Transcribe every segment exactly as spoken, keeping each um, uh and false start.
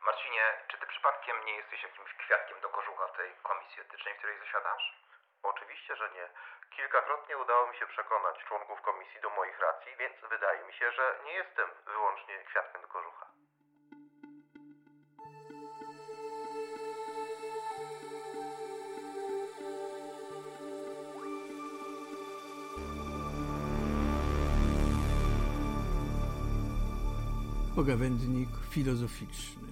Marcinie, czy ty przypadkiem nie jesteś jakimś kwiatkiem do kożucha w tej komisji etycznej, w której zasiadasz? Oczywiście, że nie. Kilkakrotnie udało mi się przekonać członków komisji do moich racji, więc wydaje mi się, że nie jestem wyłącznie kwiatkiem do kożucha. Pogawędnik filozoficzny.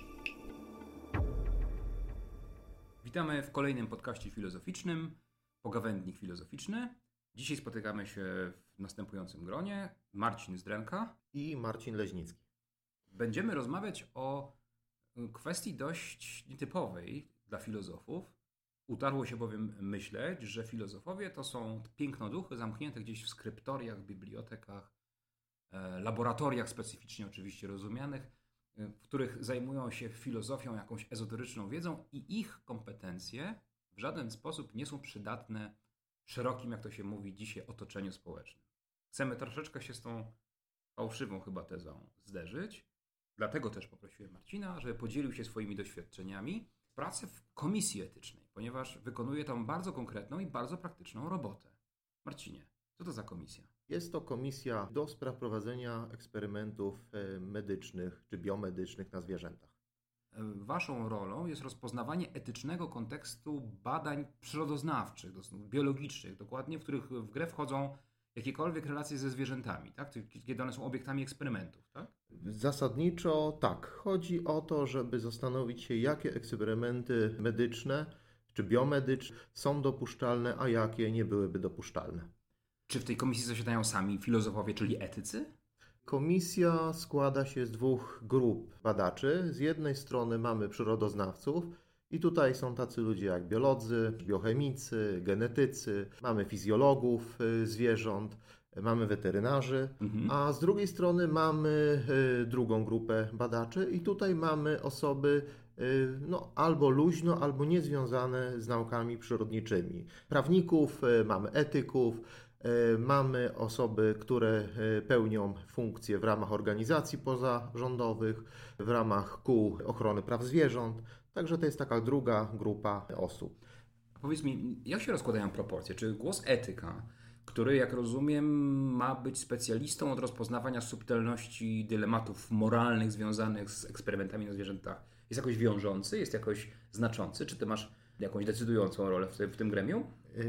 Witamy w kolejnym podcaście filozoficznym, Pogawędnik filozoficzny. Dzisiaj spotykamy się w następującym gronie. Marcin Zdrenka I Marcin Leźnicki. Będziemy rozmawiać o kwestii dość nietypowej dla filozofów. Utarło się bowiem myśleć, że filozofowie to są pięknoduchy zamknięte gdzieś w skryptoriach, bibliotekach, laboratoriach specyficznie oczywiście rozumianych, w których zajmują się filozofią, jakąś ezoteryczną wiedzą i ich kompetencje w żaden sposób nie są przydatne szerokim, jak to się mówi dzisiaj, otoczeniu społecznym. Chcemy troszeczkę się z tą fałszywą chyba tezą zderzyć. Dlatego też poprosiłem Marcina, żeby podzielił się swoimi doświadczeniami w pracy w komisji etycznej, ponieważ wykonuje tam bardzo konkretną i bardzo praktyczną robotę. Marcinie, co to za komisja? Jest to komisja do spraw prowadzenia eksperymentów medycznych czy biomedycznych na zwierzętach. Waszą rolą jest rozpoznawanie etycznego kontekstu badań przyrodoznawczych, biologicznych, dokładnie, w których w grę wchodzą jakiekolwiek relacje ze zwierzętami, tak? Kiedy one są obiektami eksperymentów, tak? Zasadniczo tak. Chodzi o to, żeby zastanowić się, jakie eksperymenty medyczne czy biomedyczne są dopuszczalne, a jakie nie byłyby dopuszczalne. Czy w tej komisji zasiadają sami filozofowie, czyli etycy? Komisja składa się z dwóch grup badaczy. Z jednej strony mamy przyrodoznawców i tutaj są tacy ludzie jak biolodzy, biochemicy, genetycy, mamy fizjologów zwierząt, mamy weterynarzy, mhm. a z drugiej strony mamy drugą grupę badaczy i tutaj mamy osoby no, albo luźno, albo niezwiązane z naukami przyrodniczymi. Prawników, mamy etyków, mamy osoby, które pełnią funkcje w ramach organizacji pozarządowych, w ramach kół ochrony praw zwierząt. Także to jest taka druga grupa osób. Powiedz mi, jak się rozkładają proporcje? Czy głos etyka, który, jak rozumiem, ma być specjalistą od rozpoznawania subtelności dylematów moralnych związanych z eksperymentami na zwierzętach, jest jakoś wiążący, jest jakoś znaczący? Czy ty masz jakąś decydującą rolę w tym, w tym gremium?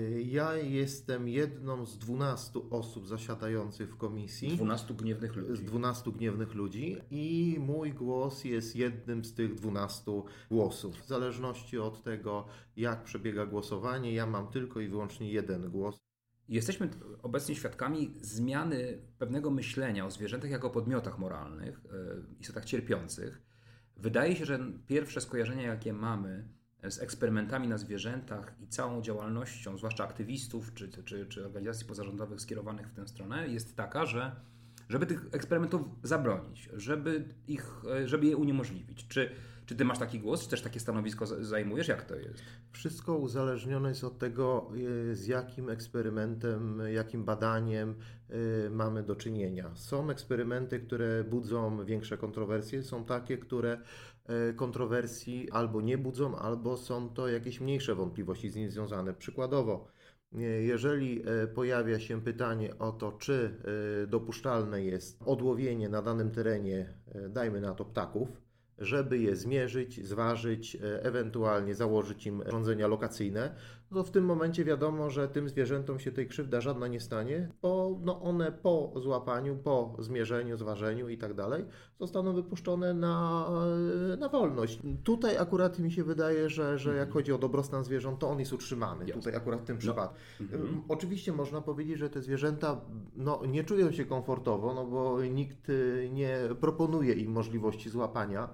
Ja jestem jedną z dwunastu osób zasiadających w komisji. Dwunastu gniewnych ludzi. Z dwunastu gniewnych ludzi i mój głos jest jednym z tych dwunastu głosów. W zależności od tego, jak przebiega głosowanie, ja mam tylko i wyłącznie jeden głos. Jesteśmy obecnie świadkami zmiany pewnego myślenia o zwierzętach jako podmiotach moralnych, istotach cierpiących. Wydaje się, że pierwsze skojarzenia, jakie mamy z eksperymentami na zwierzętach i całą działalnością, zwłaszcza aktywistów czy, czy, czy organizacji pozarządowych skierowanych w tę stronę, jest taka, że żeby tych eksperymentów zabronić, żeby, ich, żeby je uniemożliwić. Czy, czy ty masz taki głos, czy też takie stanowisko zajmujesz? Jak to jest? Wszystko uzależnione jest od tego, z jakim eksperymentem, jakim badaniem mamy do czynienia. Są eksperymenty, które budzą większe kontrowersje, są takie, które kontrowersji albo nie budzą, albo są to jakieś mniejsze wątpliwości z nim związane. Przykładowo, jeżeli pojawia się pytanie o to, czy dopuszczalne jest odłowienie na danym terenie, dajmy na to ptaków, żeby je zmierzyć, zważyć, ewentualnie założyć im urządzenia lokacyjne, to w tym momencie wiadomo, że tym zwierzętom się tej krzywda żadna nie stanie, bo no one po złapaniu, po zmierzeniu, zważeniu i tak dalej zostaną wypuszczone na, na wolność. Tutaj akurat mi się wydaje, że, że jak chodzi o dobrostan zwierząt, to on jest utrzymany. Yes. Tutaj akurat w tym przypadku. No. Mm-hmm. Oczywiście można powiedzieć, że te zwierzęta no, nie czują się komfortowo, no bo nikt nie proponuje im możliwości złapania.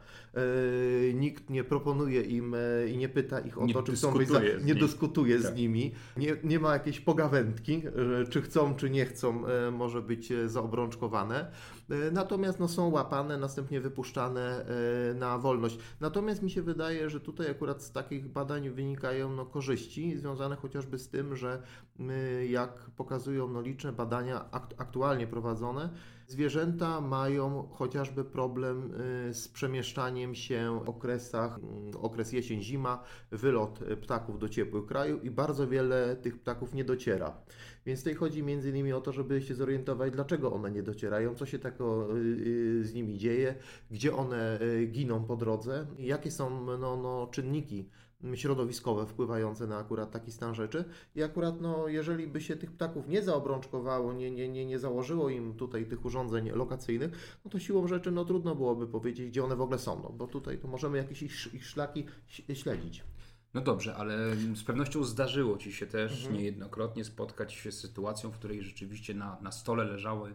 Nikt nie proponuje im i nie pyta ich o nie to, czy chcą być za... nie dyskutuje tak. z nimi, nie, nie ma jakiejś pogawędki, czy chcą, czy nie chcą, może być zaobrączkowane. Natomiast no, są łapane, następnie wypuszczane na wolność. Natomiast mi się wydaje, że tutaj akurat z takich badań wynikają no, korzyści związane chociażby z tym, że jak pokazują no, liczne badania aktualnie prowadzone, Zwierzęta mają chociażby problem z przemieszczaniem się w okresach, okres jesień-zima, wylot ptaków do ciepłych krajów i bardzo wiele tych ptaków nie dociera. Więc tutaj chodzi między innymi o to, żeby się zorientować, dlaczego one nie docierają, co się takiego z nimi dzieje, gdzie one giną po drodze, jakie są no, no, czynniki środowiskowe wpływające na akurat taki stan rzeczy. I akurat no, jeżeli by się tych ptaków nie zaobrączkowało, nie, nie, nie, nie założyło im tutaj tych urządzeń lokacyjnych, no to siłą rzeczy no, trudno byłoby powiedzieć, gdzie one w ogóle są, no, bo tutaj to możemy jakieś ich, ich szlaki śledzić. No dobrze, ale z pewnością zdarzyło Ci się też Mhm. niejednokrotnie spotkać się z sytuacją, w której rzeczywiście na, na stole leżały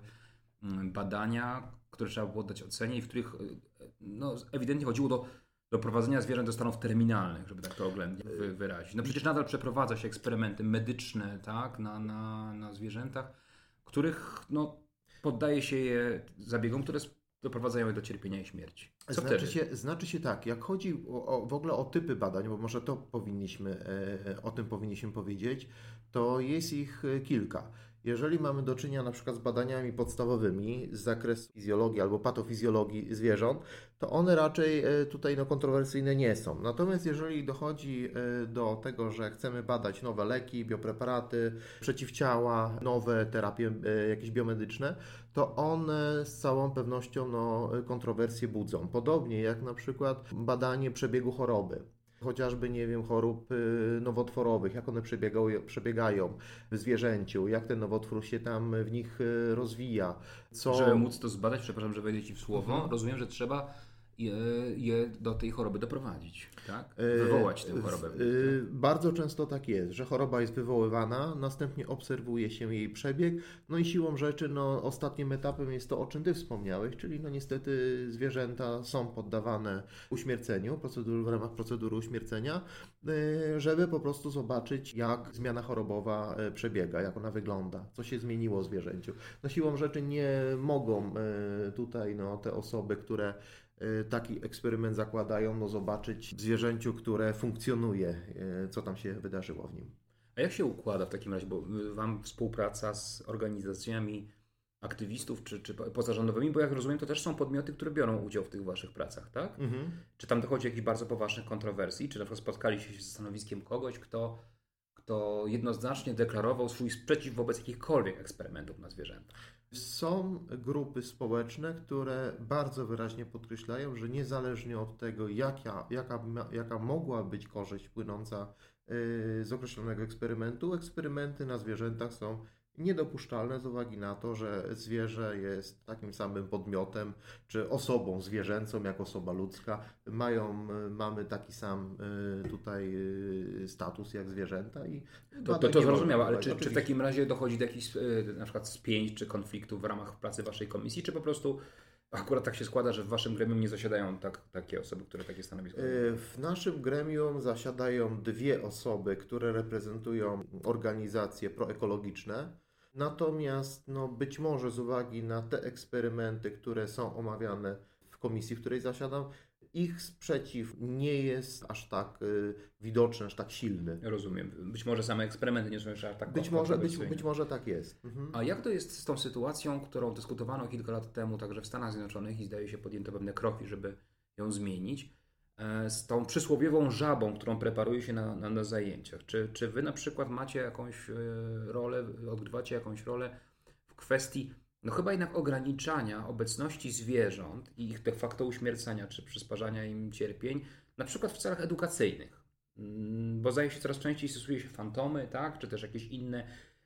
badania, które trzeba było dać ocenie i w których no, ewidentnie chodziło do doprowadzenia zwierząt do stanów terminalnych, żeby tak to oględnie wy, wyrazić. No przecież nadal przeprowadza się eksperymenty medyczne, tak, na, na, na zwierzętach, których no, poddaje się je zabiegom, które doprowadzają je do cierpienia i śmierci. Co Znaczy wtedy? się, znaczy się tak, jak chodzi o, o, w ogóle o typy badań, bo może to powinniśmy, e, o tym powinniśmy powiedzieć, to jest ich kilka. Jeżeli mamy do czynienia na przykład z badaniami podstawowymi z zakresu fizjologii albo patofizjologii zwierząt, to one raczej tutaj no, kontrowersyjne nie są. Natomiast jeżeli dochodzi do tego, że chcemy badać nowe leki, biopreparaty, przeciwciała, nowe terapie jakieś biomedyczne, to one z całą pewnością no, kontrowersje budzą. Podobnie jak na przykład badanie przebiegu choroby. Chociażby, nie wiem, chorób nowotworowych, jak one przebiegają, przebiegają w zwierzęciu, jak ten nowotwór się tam w nich rozwija. Co... Żeby móc to zbadać, przepraszam, że wejdę Ci w słowo, Mhm. rozumiem, że trzeba je, je do tej choroby doprowadzić, tak? Wywołać tę chorobę. Yy, bardzo często tak jest, że choroba jest wywoływana, następnie obserwuje się jej przebieg, no i siłą rzeczy no, ostatnim etapem jest to, o czym Ty wspomniałeś, czyli no niestety zwierzęta są poddawane uśmierceniu, procedur, w ramach procedury uśmiercenia, yy, żeby po prostu zobaczyć, jak zmiana chorobowa przebiega, jak ona wygląda, co się zmieniło w zwierzęciu. No siłą rzeczy nie mogą yy, tutaj no, te osoby, które taki eksperyment zakładają, no zobaczyć w zwierzęciu, które funkcjonuje, co tam się wydarzyło w nim. A jak się układa w takim razie, bo Wam współpraca z organizacjami aktywistów czy, czy pozarządowymi, bo jak rozumiem, to też są podmioty, które biorą udział w tych Waszych pracach, tak? Mhm. Czy tam dochodzi do jakichś bardzo poważnych kontrowersji? Czy na przykład spotkaliście się ze stanowiskiem kogoś, kto, kto jednoznacznie deklarował swój sprzeciw wobec jakichkolwiek eksperymentów na zwierzętach? Są grupy społeczne, które bardzo wyraźnie podkreślają, że niezależnie od tego, jaka, jaka, jaka mogła być korzyść płynąca z określonego eksperymentu, eksperymenty na zwierzętach są niedopuszczalne z uwagi na to, że zwierzę jest takim samym podmiotem czy osobą zwierzęcą jak osoba ludzka. Mają, mamy taki sam tutaj status jak zwierzęta i to, to, to zrozumiałe, ale czy, czy w takim razie dochodzi do jakichś na przykład spięć czy konfliktów w ramach pracy Waszej komisji, czy po prostu akurat tak się składa, że w Waszym gremium nie zasiadają tak, takie osoby, które takie stanowisko mają? W naszym gremium zasiadają dwie osoby, które reprezentują organizacje proekologiczne. Natomiast no, być może z uwagi na te eksperymenty, które są omawiane w komisji, w której zasiadam, ich sprzeciw nie jest aż tak y, widoczny, aż tak silny. Rozumiem. Być może same eksperymenty nie są jeszcze tak Być może, być, być może tak jest. Mhm. A jak to jest z tą sytuacją, którą dyskutowano kilka lat temu także w Stanach Zjednoczonych i zdaje się podjęto pewne kroki, żeby ją zmienić, z tą przysłowiową żabą, którą preparuje się na, na, na zajęciach? Czy, czy Wy na przykład macie jakąś rolę, odgrywacie jakąś rolę w kwestii no chyba jednak ograniczania obecności zwierząt i ich de facto uśmiercania czy przysparzania im cierpień, na przykład w celach edukacyjnych? Bo zdaje się, coraz częściej stosuje się fantomy, tak? Czy też jakieś inne,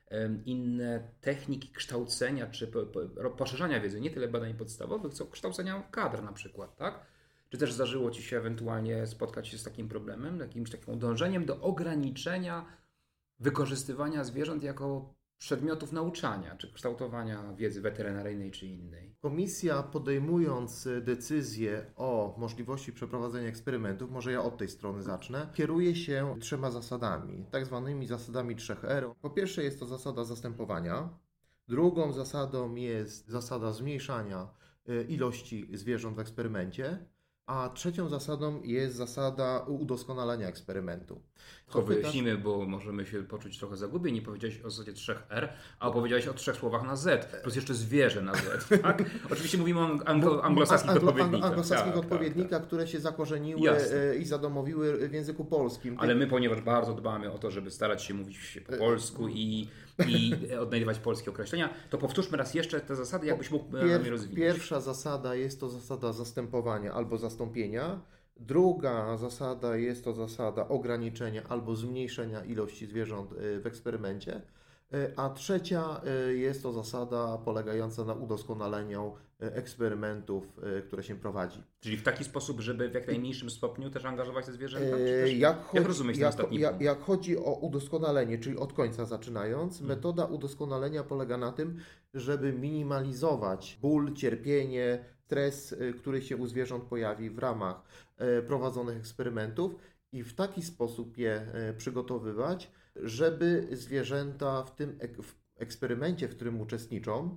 inne techniki kształcenia czy poszerzania wiedzy, nie tyle badań podstawowych, co kształcenia kadr na przykład, tak? Czy też zdarzyło Ci się ewentualnie spotkać się z takim problemem, jakimś takim dążeniem do ograniczenia wykorzystywania zwierząt jako przedmiotów nauczania, czy kształtowania wiedzy weterynaryjnej, czy innej? Komisja, podejmując decyzję o możliwości przeprowadzenia eksperymentów, może ja od tej strony zacznę, kieruje się trzema zasadami, tak zwanymi zasadami trzech R. Po pierwsze jest to zasada zastępowania, drugą zasadą jest zasada zmniejszania ilości zwierząt w eksperymencie, A trzecią zasadą jest zasada udoskonalenia eksperymentu. To wyjaśnimy, bo możemy się poczuć trochę zagubieni. Powiedziałeś o zasadzie trzech R, a opowiedziałeś o trzech słowach na Z, plus jeszcze zwierzę na Z, tak? Oczywiście mówimy o anglo, anglosaskich Anglo, odpowiednikach. anglosaskich tak, odpowiednikach, tak, tak. które się zakorzeniły Jasne. i zadomowiły w języku polskim. Ale my, ponieważ bardzo dbamy o to, żeby starać się mówić po polsku i, i odnajdywać polskie określenia, to powtórzmy raz jeszcze te zasady, jakbyś mógł Pier, je rozwinąć. Pierwsza zasada jest to zasada zastępowania albo zastąpienia. Druga zasada jest to zasada ograniczenia albo zmniejszenia ilości zwierząt w eksperymencie. A trzecia jest to zasada polegająca na udoskonaleniu eksperymentów, które się prowadzi. Czyli w taki sposób, żeby w jak najmniejszym stopniu też angażować te zwierzęta? Czy też, jak, chodzi, jak rozumieć ten jak, ostatni jak, punkt? jak chodzi o udoskonalenie, czyli od końca zaczynając, hmm. metoda udoskonalenia polega na tym, żeby minimalizować ból, cierpienie, stres, który się u zwierząt pojawi w ramach prowadzonych eksperymentów i w taki sposób je przygotowywać, żeby zwierzęta w tym eksperymencie, w którym uczestniczą,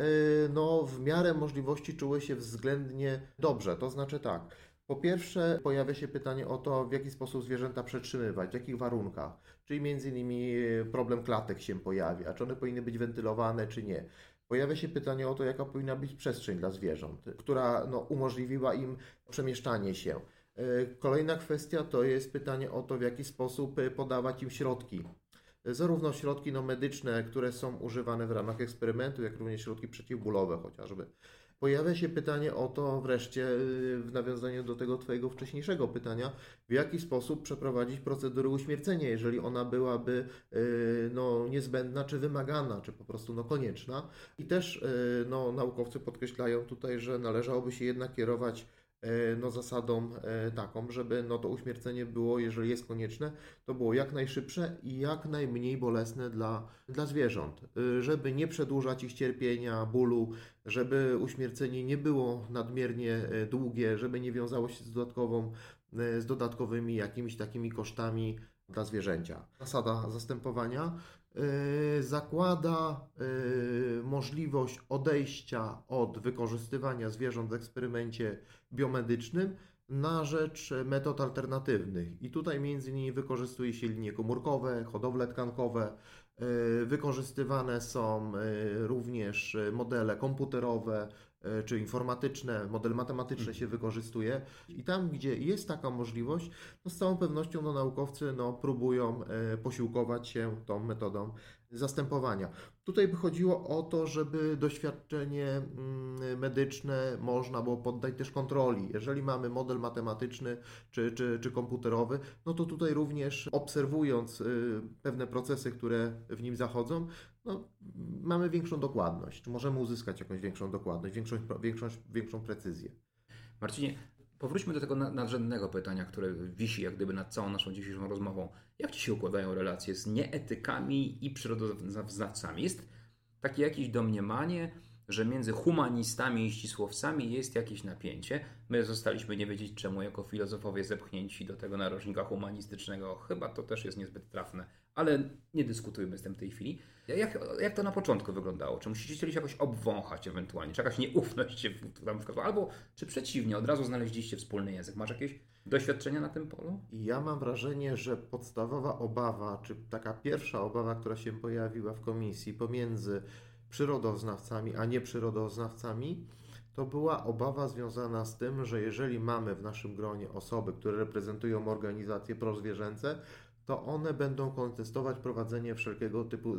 no w miarę możliwości czuły się względnie dobrze. To znaczy tak, po pierwsze pojawia się pytanie o to, w jaki sposób zwierzęta przetrzymywać, w jakich warunkach, czyli między innymi problem klatek się pojawia, czy one powinny być wentylowane, czy nie. Pojawia się pytanie o to, jaka powinna być przestrzeń dla zwierząt, która no, umożliwiła im przemieszczanie się. Kolejna kwestia to jest pytanie o to, w jaki sposób podawać im środki. Zarówno środki no, medyczne, które są używane w ramach eksperymentu, jak również środki przeciwbólowe chociażby. Pojawia się pytanie o to wreszcie, w nawiązaniu do tego Twojego wcześniejszego pytania, w jaki sposób przeprowadzić procedurę uśmiercenia, jeżeli ona byłaby no, niezbędna, czy wymagana, czy po prostu no, konieczna. I też no, naukowcy podkreślają tutaj, że należałoby się jednak kierować no, zasadą taką, żeby no, to uśmiercenie było, jeżeli jest konieczne, to było jak najszybsze i jak najmniej bolesne dla, dla zwierząt, żeby nie przedłużać ich cierpienia, bólu, żeby uśmiercenie nie było nadmiernie długie, żeby nie wiązało się z, dodatkową, z dodatkowymi jakimiś takimi kosztami dla zwierzęcia. Zasada zastępowania zakłada możliwość odejścia od wykorzystywania zwierząt w eksperymencie biomedycznym na rzecz metod alternatywnych. I tutaj między innymi wykorzystuje się linie komórkowe, hodowle tkankowe, wykorzystywane są również modele komputerowe czy informatyczne, model matematyczny się wykorzystuje i tam, gdzie jest taka możliwość, no z całą pewnością no, naukowcy no, próbują posiłkować się tą metodą zastępowania. Tutaj by chodziło o to, żeby doświadczenie medyczne można było poddać też kontroli. Jeżeli mamy model matematyczny czy, czy, czy komputerowy, no to tutaj również obserwując pewne procesy, które w nim zachodzą, no, mamy większą dokładność. Możemy uzyskać jakąś większą dokładność, większą, większą, większą precyzję. Marcinie, powróćmy do tego nadrzędnego pytania, które wisi jak gdyby nad całą naszą dzisiejszą rozmową. Jak Ci się układają relacje z nieetykami i przyrodoznawcami? Jest takie jakieś domniemanie, że między humanistami i ścisłowcami jest jakieś napięcie. My zostaliśmy nie wiedzieć czemu jako filozofowie zepchnięci do tego narożnika humanistycznego. Chyba to też jest niezbyt trafne, ale nie dyskutujmy z tym w tej chwili. Jak, jak to na początku wyglądało? Czy musicie chcieli się jakoś obwąchać ewentualnie? Czy jakaś nieufność się tam wskazała? Albo czy przeciwnie, od razu znaleźliście wspólny język? Masz jakieś doświadczenia na tym polu? Ja mam wrażenie, że podstawowa obawa, czy taka pierwsza obawa, która się pojawiła w komisji pomiędzy przyrodoznawcami, a nie przyrodoznawcami, to była obawa związana z tym, że jeżeli mamy w naszym gronie osoby, które reprezentują organizacje prozwierzęce, to one będą kontestować prowadzenie wszelkiego typu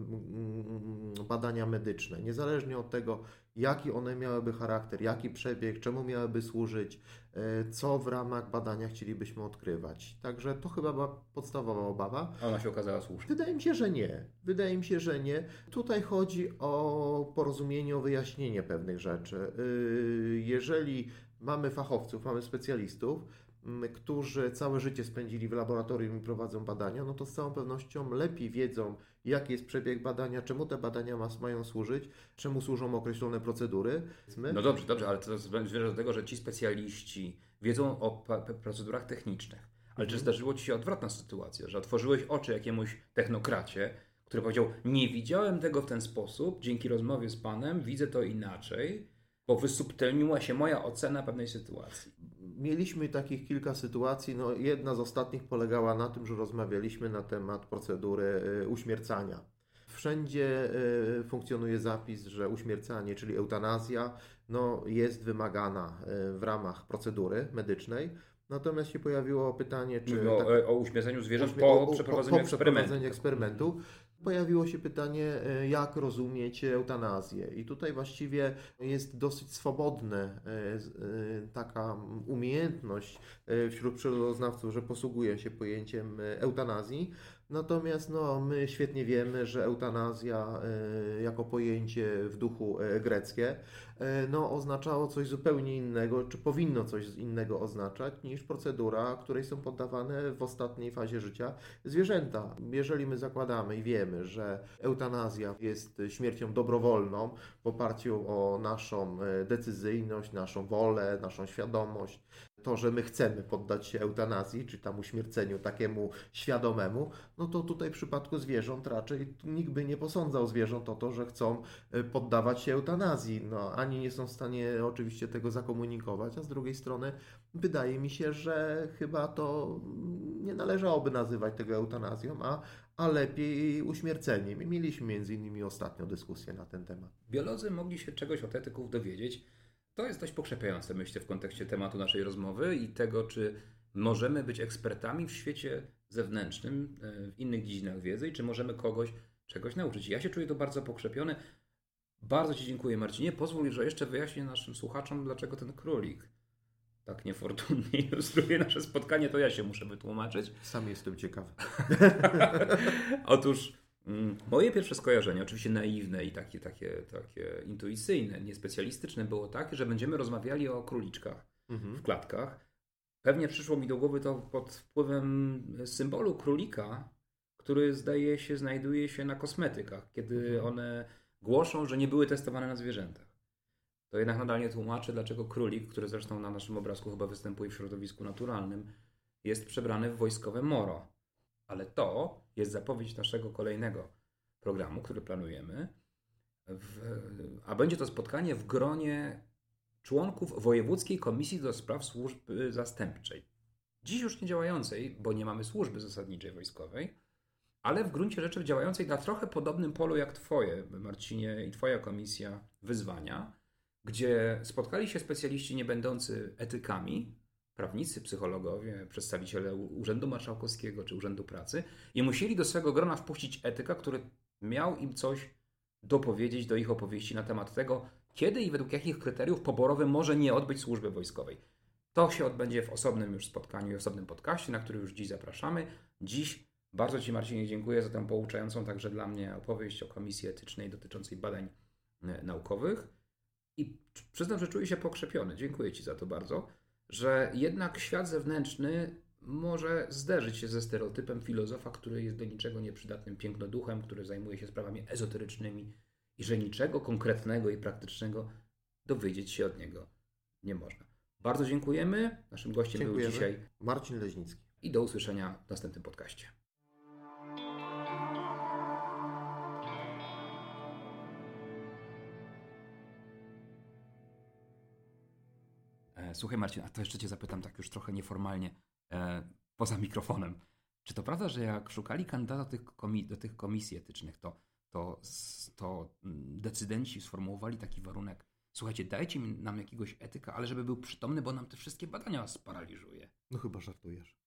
badania medyczne. Niezależnie od tego, jaki one miałyby charakter, jaki przebieg, czemu miałyby służyć, co w ramach badania chcielibyśmy odkrywać. Także to chyba była podstawowa obawa. A ona się okazała słuszna. Wydaje mi się, że nie. Wydaje mi się, że nie. Tutaj chodzi o porozumienie, o wyjaśnienie pewnych rzeczy. Jeżeli mamy fachowców, mamy specjalistów, którzy całe życie spędzili w laboratorium i prowadzą badania, no to z całą pewnością lepiej wiedzą, jaki jest przebieg badania, czemu te badania ma, mają służyć, czemu służą określone procedury. My... No dobrze, dobrze, ale to zmierza do tego, że ci specjaliści wiedzą o procedurach technicznych. Ale mhm. czy zdarzyło Ci się odwrotna sytuacja, że otworzyłeś oczy jakiemuś technokracie, który powiedział, nie widziałem tego w ten sposób, dzięki rozmowie z Panem widzę to inaczej, bo wysubtelniła się moja ocena pewnej sytuacji. mieliśmy takich kilka sytuacji. No, jedna z ostatnich polegała na tym, że rozmawialiśmy na temat procedury y, uśmiercania. Wszędzie y, funkcjonuje zapis, że uśmiercanie, czyli eutanazja, no, jest wymagana y, w ramach procedury medycznej. Natomiast się pojawiło pytanie, czy... Mówimy tak, o, o uśmierceniu zwierząt uśmie- po o- o- przeprowadzeniu po eksperymentu. przeprowadzeniu eksperymentu. Pojawiło się pytanie, e, jak rozumieć eutanazję. I tutaj właściwie jest dosyć swobodne e, z- e, taka umiejętność e, wśród przyrodoznawców, że posługuje się pojęciem e, eutanazji. Natomiast no, my świetnie wiemy, że eutanazja e, jako pojęcie w duchu e, greckie e, no, oznaczało coś zupełnie innego, czy powinno coś innego oznaczać niż procedura, której są poddawane w ostatniej fazie życia zwierzęta. Jeżeli my zakładamy i wiemy, że eutanazja jest śmiercią dobrowolną w oparciu o naszą e, decyzyjność, naszą wolę, naszą świadomość, to, że my chcemy poddać się eutanazji, czy tam uśmierceniu takiemu świadomemu, no to tutaj w przypadku zwierząt raczej nikt by nie posądzał zwierząt o to, że chcą e, poddawać się eutanazji. No, ani nie są w stanie oczywiście tego zakomunikować, a z drugiej strony wydaje mi się, że chyba to nie należałoby nazywać tego eutanazją, a, a lepiej uśmierceniem. I mieliśmy między innymi ostatnio dyskusję na ten temat. Biolodzy mogli się czegoś od etyków dowiedzieć. To jest dość pokrzepiające, myślę, w kontekście tematu naszej rozmowy i tego, czy możemy być ekspertami w świecie zewnętrznym, e, w innych dziedzinach wiedzy i czy możemy kogoś czegoś nauczyć. Ja się czuję tu bardzo pokrzepiony. Bardzo Ci dziękuję, Marcinie. Pozwól, że jeszcze wyjaśnię naszym słuchaczom, dlaczego ten królik tak niefortunnie ilustruje nasze spotkanie. To ja się muszę wytłumaczyć. Sam jestem ciekawy. Otóż mm, moje pierwsze skojarzenie, oczywiście naiwne i takie, takie, takie intuicyjne, niespecjalistyczne, było takie, że będziemy rozmawiali o króliczkach Mhm. w klatkach. Pewnie przyszło mi do głowy to pod wpływem symbolu królika, który zdaje się znajduje się na kosmetykach, kiedy one głoszą, że nie były testowane na zwierzętach. To jednak nadal nie tłumaczy, dlaczego królik, który zresztą na naszym obrazku chyba występuje w środowisku naturalnym, jest przebrany w wojskowe moro. Ale to jest zapowiedź naszego kolejnego programu, który planujemy. W, a będzie to spotkanie w gronie członków Wojewódzkiej Komisji do Spraw Służby Zastępczej. Dziś już nie działającej, bo nie mamy służby zasadniczej wojskowej, ale w gruncie rzeczy działającej na trochę podobnym polu jak Twoje, Marcinie, i Twoja komisja wyzwania, gdzie spotkali się specjaliści nie będący etykami, prawnicy, psychologowie, przedstawiciele Urzędu Marszałkowskiego czy Urzędu Pracy i musieli do swego grona wpuścić etyka, który miał im coś dopowiedzieć do ich opowieści na temat tego, kiedy i według jakich kryteriów poborowy może nie odbyć służby wojskowej. To się odbędzie w osobnym już spotkaniu i osobnym podcaście, na który już dziś zapraszamy. Dziś bardzo Ci, Marcinie, dziękuję za tę pouczającą także dla mnie opowieść o Komisji Etycznej dotyczącej badań e, naukowych. I przyznam, że czuję się pokrzepiony. Dziękuję Ci za to bardzo, że jednak świat zewnętrzny może zderzyć się ze stereotypem filozofa, który jest do niczego nieprzydatnym pięknoduchem, który zajmuje się sprawami ezoterycznymi i że niczego konkretnego i praktycznego dowiedzieć się od niego nie można. Bardzo dziękujemy. Naszym gościem Dziękujemy. był dzisiaj Marcin Leźnicki. i do usłyszenia w następnym podcaście. E, Słuchaj, Marcin, a to jeszcze Cię zapytam tak już trochę nieformalnie, e, poza mikrofonem. Czy to prawda, że jak szukali kandydata do tych, komi- do tych komisji etycznych, to, to, s- to mm, decydenci sformułowali taki warunek: słuchajcie, dajcie mi- nam jakiegoś etyka, ale żeby był przytomny, bo nam te wszystkie badania sparaliżuje. No chyba żartujesz.